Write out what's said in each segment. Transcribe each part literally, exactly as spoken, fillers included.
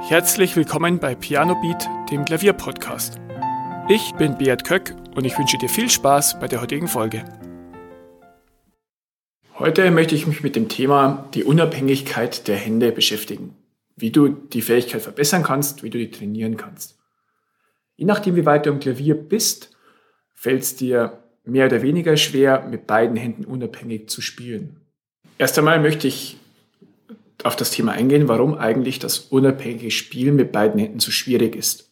Herzlich willkommen bei Piano Beat, dem Klavierpodcast. Ich bin Beat Köck und ich wünsche dir viel Spaß bei der heutigen Folge. Heute möchte ich mich mit dem Thema die Unabhängigkeit der Hände beschäftigen. Wie du die Fähigkeit verbessern kannst, wie du die trainieren kannst. Je nachdem, wie weit du am Klavier bist, fällt es dir mehr oder weniger schwer, mit beiden Händen unabhängig zu spielen. Erst einmal möchte ich auf das Thema eingehen, warum eigentlich das unabhängige Spielen mit beiden Händen so schwierig ist.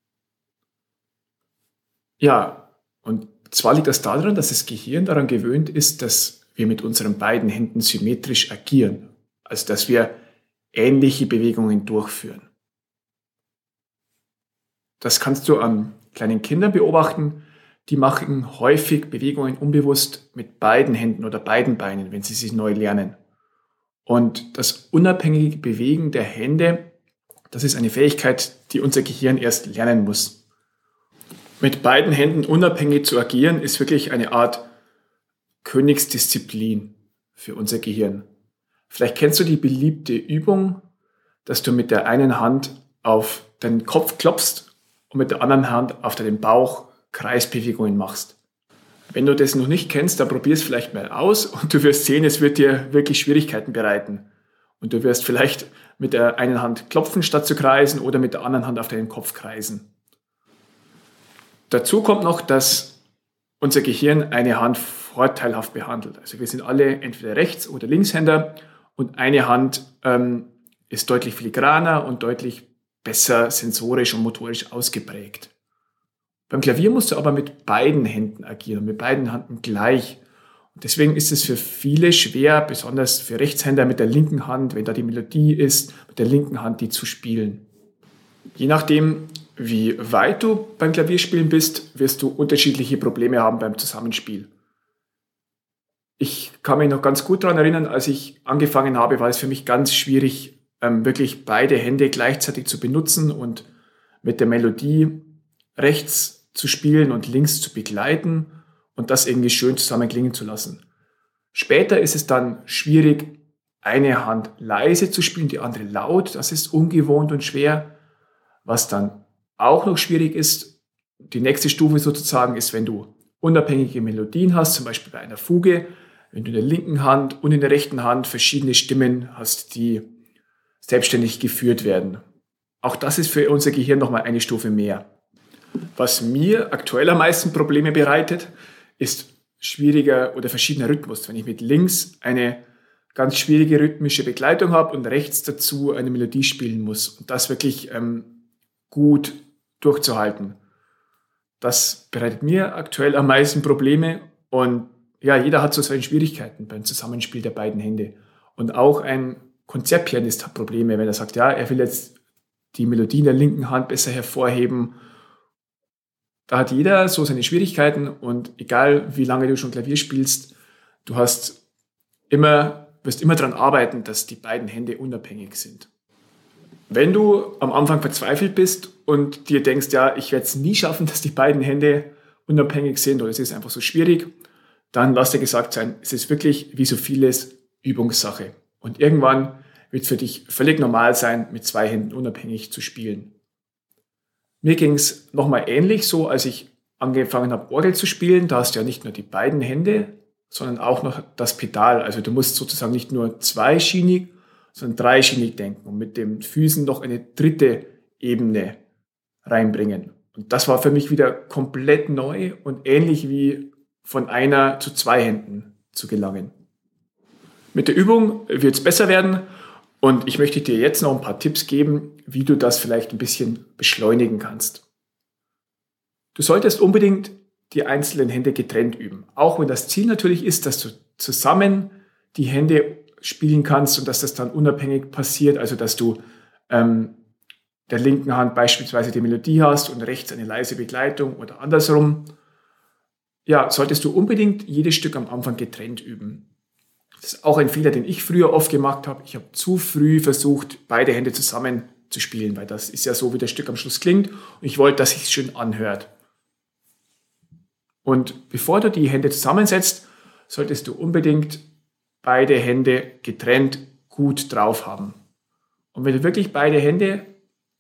Ja, und zwar liegt das daran, dass das Gehirn daran gewöhnt ist, dass wir mit unseren beiden Händen symmetrisch agieren, also dass wir ähnliche Bewegungen durchführen. Das kannst du an kleinen Kindern beobachten, die machen häufig Bewegungen unbewusst mit beiden Händen oder beiden Beinen, wenn sie sich neu lernen. Und das unabhängige Bewegen der Hände, das ist eine Fähigkeit, die unser Gehirn erst lernen muss. Mit beiden Händen unabhängig zu agieren, ist wirklich eine Art Königsdisziplin für unser Gehirn. Vielleicht kennst du die beliebte Übung, dass du mit der einen Hand auf deinen Kopf klopfst und mit der anderen Hand auf deinen Bauch Kreisbewegungen machst. Wenn du das noch nicht kennst, dann probier es vielleicht mal aus und du wirst sehen, es wird dir wirklich Schwierigkeiten bereiten. Und du wirst vielleicht mit der einen Hand klopfen, statt zu kreisen, oder mit der anderen Hand auf deinen Kopf kreisen. Dazu kommt noch, dass unser Gehirn eine Hand vorteilhaft behandelt. Also wir sind alle entweder Rechts- oder Linkshänder und eine Hand ähm, ist deutlich filigraner und deutlich besser sensorisch und motorisch ausgeprägt. Beim Klavier musst du aber mit beiden Händen agieren, mit beiden Händen gleich. Und deswegen ist es für viele schwer, besonders für Rechtshänder mit der linken Hand, wenn da die Melodie ist, mit der linken Hand die zu spielen. Je nachdem, wie weit du beim Klavierspielen bist, wirst du unterschiedliche Probleme haben beim Zusammenspiel. Ich kann mich noch ganz gut daran erinnern, als ich angefangen habe, war es für mich ganz schwierig, wirklich beide Hände gleichzeitig zu benutzen und mit der Melodie rechts zu spielen und links zu begleiten und das irgendwie schön zusammen klingen zu lassen. Später ist es dann schwierig, eine Hand leise zu spielen, die andere laut. Das ist ungewohnt und schwer. Was dann auch noch schwierig ist, die nächste Stufe sozusagen ist, wenn du unabhängige Melodien hast, zum Beispiel bei einer Fuge, wenn du in der linken Hand und in der rechten Hand verschiedene Stimmen hast, die selbstständig geführt werden. Auch das ist für unser Gehirn nochmal eine Stufe mehr. Was mir aktuell am meisten Probleme bereitet, ist schwieriger oder verschiedener Rhythmus. Wenn ich mit links eine ganz schwierige rhythmische Begleitung habe und rechts dazu eine Melodie spielen muss und das wirklich ähm, gut durchzuhalten. Das bereitet mir aktuell am meisten Probleme und ja, jeder hat so seine Schwierigkeiten beim Zusammenspiel der beiden Hände. Und auch ein Konzertpianist hat Probleme, wenn er sagt, ja, er will jetzt die Melodie in der linken Hand besser hervorheben. Da hat jeder so seine Schwierigkeiten und egal wie lange du schon Klavier spielst, du hast immer, wirst immer daran arbeiten, dass die beiden Hände unabhängig sind. Wenn du am Anfang verzweifelt bist und dir denkst, ja, ich werde es nie schaffen, dass die beiden Hände unabhängig sind oder es ist einfach so schwierig, dann lass dir gesagt sein, es ist wirklich wie so vieles Übungssache. Und irgendwann wird es für dich völlig normal sein, mit zwei Händen unabhängig zu spielen. Mir ging es nochmal ähnlich so, als ich angefangen habe, Orgel zu spielen. Da hast du ja nicht nur die beiden Hände, sondern auch noch das Pedal. Also du musst sozusagen nicht nur zweischienig, sondern dreischienig denken und mit den Füßen noch eine dritte Ebene reinbringen. Und das war für mich wieder komplett neu und ähnlich wie von einer zu zwei Händen zu gelangen. Mit der Übung wird es besser werden. Und ich möchte dir jetzt noch ein paar Tipps geben, wie du das vielleicht ein bisschen beschleunigen kannst. Du solltest unbedingt die einzelnen Hände getrennt üben. Auch wenn das Ziel natürlich ist, dass du zusammen die Hände spielen kannst und dass das dann unabhängig passiert. Also dass du ähm, der linken Hand beispielsweise die Melodie hast und rechts eine leise Begleitung oder andersrum. Ja, solltest du unbedingt jedes Stück am Anfang getrennt üben. Das ist auch ein Fehler, den ich früher oft gemacht habe. Ich habe zu früh versucht, beide Hände zusammen zu spielen, weil das ist ja so, wie das Stück am Schluss klingt. Und ich wollte, dass es sich schön anhört. Und bevor du die Hände zusammensetzt, solltest du unbedingt beide Hände getrennt gut drauf haben. Und wenn du wirklich beide Hände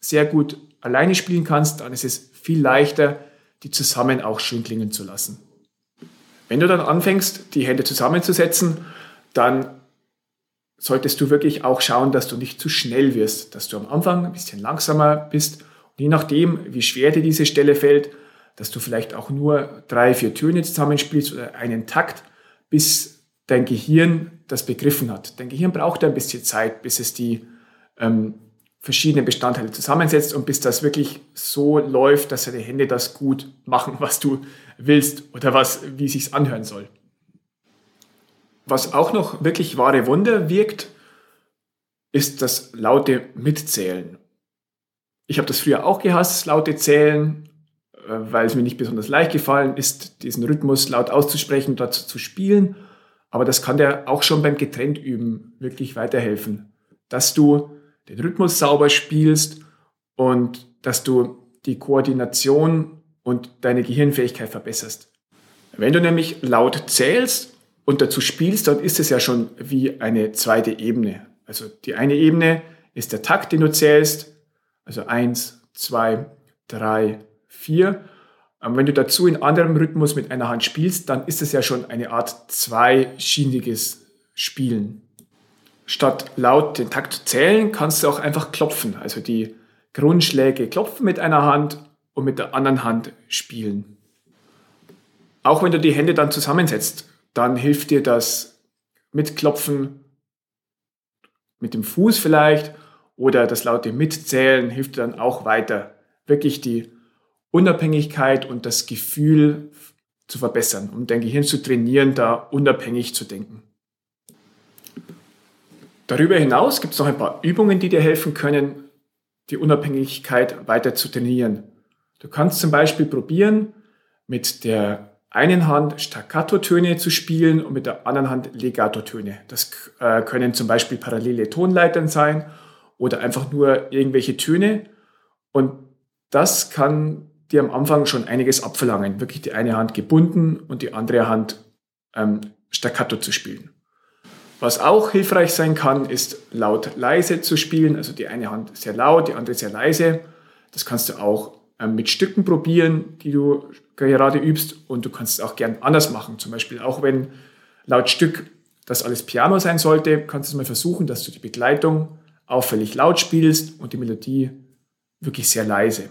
sehr gut alleine spielen kannst, dann ist es viel leichter, die zusammen auch schön klingen zu lassen. Wenn du dann anfängst, die Hände zusammenzusetzen, dann solltest du wirklich auch schauen, dass du nicht zu schnell wirst, dass du am Anfang ein bisschen langsamer bist. Und je nachdem, wie schwer dir diese Stelle fällt, dass du vielleicht auch nur drei, vier Töne zusammenspielst oder einen Takt, bis dein Gehirn das begriffen hat. Dein Gehirn braucht ein bisschen Zeit, bis es die ähm, verschiedenen Bestandteile zusammensetzt und bis das wirklich so läuft, dass deine Hände das gut machen, was du willst oder was, wie es sich anhören soll. Was auch noch wirklich wahre Wunder wirkt, ist das laute Mitzählen. Ich habe das früher auch gehasst, laute Zählen, weil es mir nicht besonders leicht gefallen ist, diesen Rhythmus laut auszusprechen und dazu zu spielen. Aber das kann dir auch schon beim Getrenntüben wirklich weiterhelfen, dass du den Rhythmus sauber spielst und dass du die Koordination und deine Gehirnfähigkeit verbesserst. Wenn du nämlich laut zählst und dazu spielst, dann ist es ja schon wie eine zweite Ebene. Also die eine Ebene ist der Takt, den du zählst, also eins, zwei, drei, vier. Und wenn du dazu in anderem Rhythmus mit einer Hand spielst, dann ist es ja schon eine Art zweischieniges Spielen. Statt laut den Takt zu zählen, kannst du auch einfach klopfen, also die Grundschläge klopfen mit einer Hand und mit der anderen Hand spielen. Auch wenn du die Hände dann zusammensetzt, dann hilft dir das Mitklopfen mit dem Fuß vielleicht oder das laute Mitzählen hilft dir dann auch weiter, wirklich die Unabhängigkeit und das Gefühl zu verbessern, um dein Gehirn zu trainieren, da unabhängig zu denken. Darüber hinaus gibt es noch ein paar Übungen, die dir helfen können, die Unabhängigkeit weiter zu trainieren. Du kannst zum Beispiel probieren, mit der einen Hand Staccato-Töne zu spielen und mit der anderen Hand Legato-Töne. Das äh, können zum Beispiel parallele Tonleitern sein oder einfach nur irgendwelche Töne. Und das kann dir am Anfang schon einiges abverlangen, wirklich die eine Hand gebunden und die andere Hand ähm, Staccato zu spielen. Was auch hilfreich sein kann, ist laut-leise zu spielen, also die eine Hand sehr laut, die andere sehr leise. Das kannst du auch ähm, mit Stücken probieren, die du gerade übst, und du kannst es auch gern anders machen. Zum Beispiel auch wenn laut Stück das alles Piano sein sollte, kannst du es mal versuchen, dass du die Begleitung auffällig laut spielst und die Melodie wirklich sehr leise.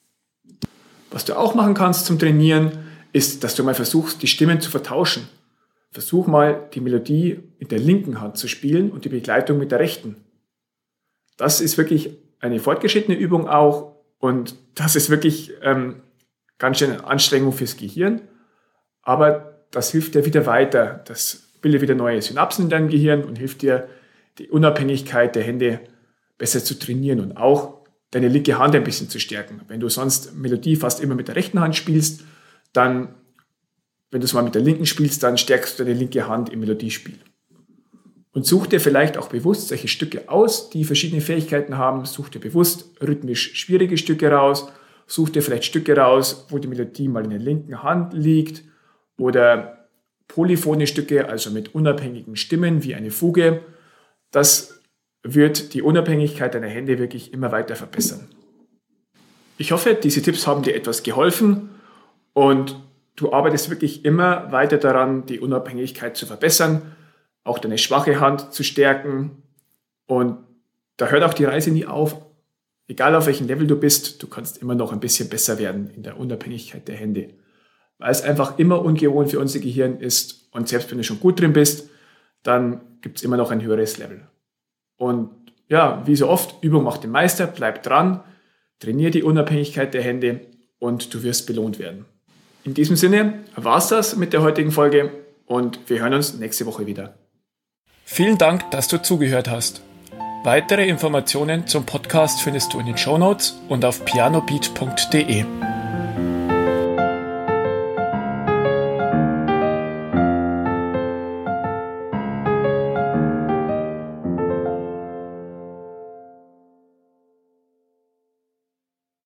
Was du auch machen kannst zum Trainieren, ist, dass du mal versuchst, die Stimmen zu vertauschen. Versuch mal, die Melodie mit der linken Hand zu spielen und die Begleitung mit der rechten. Das ist wirklich eine fortgeschrittene Übung auch, und das ist wirklich ähm, ganz schön eine Anstrengung fürs Gehirn, aber das hilft dir wieder weiter. Das bildet wieder neue Synapsen in deinem Gehirn und hilft dir, die Unabhängigkeit der Hände besser zu trainieren und auch deine linke Hand ein bisschen zu stärken. Wenn du sonst Melodie fast immer mit der rechten Hand spielst, dann, wenn du es mal mit der linken spielst, dann stärkst du deine linke Hand im Melodiespiel. Und such dir vielleicht auch bewusst solche Stücke aus, die verschiedene Fähigkeiten haben. Such dir bewusst rhythmisch schwierige Stücke raus. Such dir vielleicht Stücke raus, wo die Melodie mal in der linken Hand liegt, oder polyphone Stücke, also mit unabhängigen Stimmen wie eine Fuge. Das wird die Unabhängigkeit deiner Hände wirklich immer weiter verbessern. Ich hoffe, diese Tipps haben dir etwas geholfen und du arbeitest wirklich immer weiter daran, die Unabhängigkeit zu verbessern, auch deine schwache Hand zu stärken, und da hört auch die Reise nie auf. Egal auf welchem Level du bist, du kannst immer noch ein bisschen besser werden in der Unabhängigkeit der Hände, weil es einfach immer ungewohnt für unser Gehirn ist, und selbst wenn du schon gut drin bist, dann gibt es immer noch ein höheres Level. Und ja, wie so oft, Übung macht den Meister, bleib dran, trainiere die Unabhängigkeit der Hände und du wirst belohnt werden. In diesem Sinne war es das mit der heutigen Folge und wir hören uns nächste Woche wieder. Vielen Dank, dass du zugehört hast. Weitere Informationen zum Podcast findest du in den Shownotes und auf pianobeat punkt de.